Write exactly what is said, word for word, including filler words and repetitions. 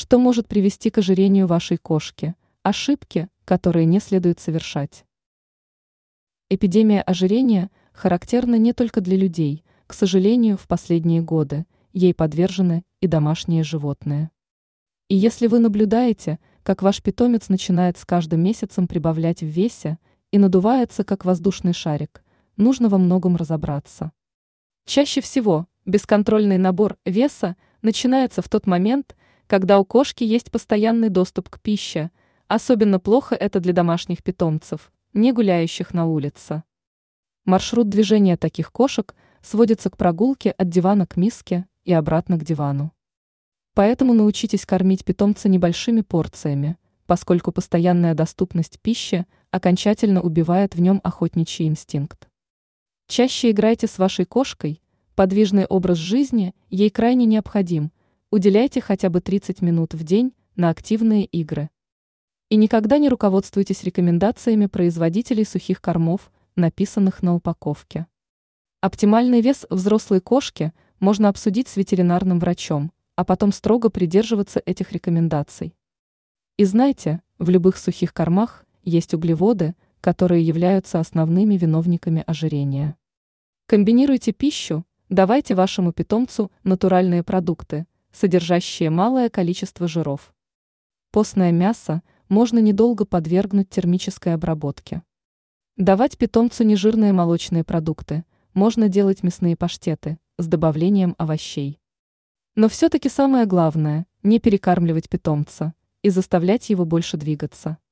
Что может привести к ожирению вашей кошки? Ошибки, которые не следует совершать. Эпидемия ожирения характерна не только для людей. К сожалению, в последние годы ей подвержены и домашние животные. И если вы наблюдаете, как ваш питомец начинает с каждым месяцем прибавлять в весе и надувается, как воздушный шарик, нужно во многом разобраться. Чаще всего бесконтрольный набор веса начинается в тот момент, когда у кошки есть постоянный доступ к пище. Особенно плохо это для домашних питомцев, не гуляющих на улице. Маршрут движения таких кошек сводится к прогулке от дивана к миске и обратно к дивану. Поэтому научитесь кормить питомца небольшими порциями, поскольку постоянная доступность пищи окончательно убивает в нем охотничий инстинкт. Чаще играйте с вашей кошкой, подвижный образ жизни ей крайне необходим, уделяйте хотя бы тридцать минут в день на активные игры. И никогда не руководствуйтесь рекомендациями производителей сухих кормов, написанных на упаковке. Оптимальный вес взрослой кошки можно обсудить с ветеринарным врачом, а потом строго придерживаться этих рекомендаций. И знайте, в любых сухих кормах есть углеводы, которые являются основными виновниками ожирения. Комбинируйте пищу, давайте вашему питомцу натуральные продукты, содержащие малое количество жиров. Постное мясо можно недолго подвергнуть термической обработке. Давать питомцу нежирные молочные продукты, можно делать мясные паштеты с добавлением овощей. Но все-таки самое главное – не перекармливать питомца и заставлять его больше двигаться.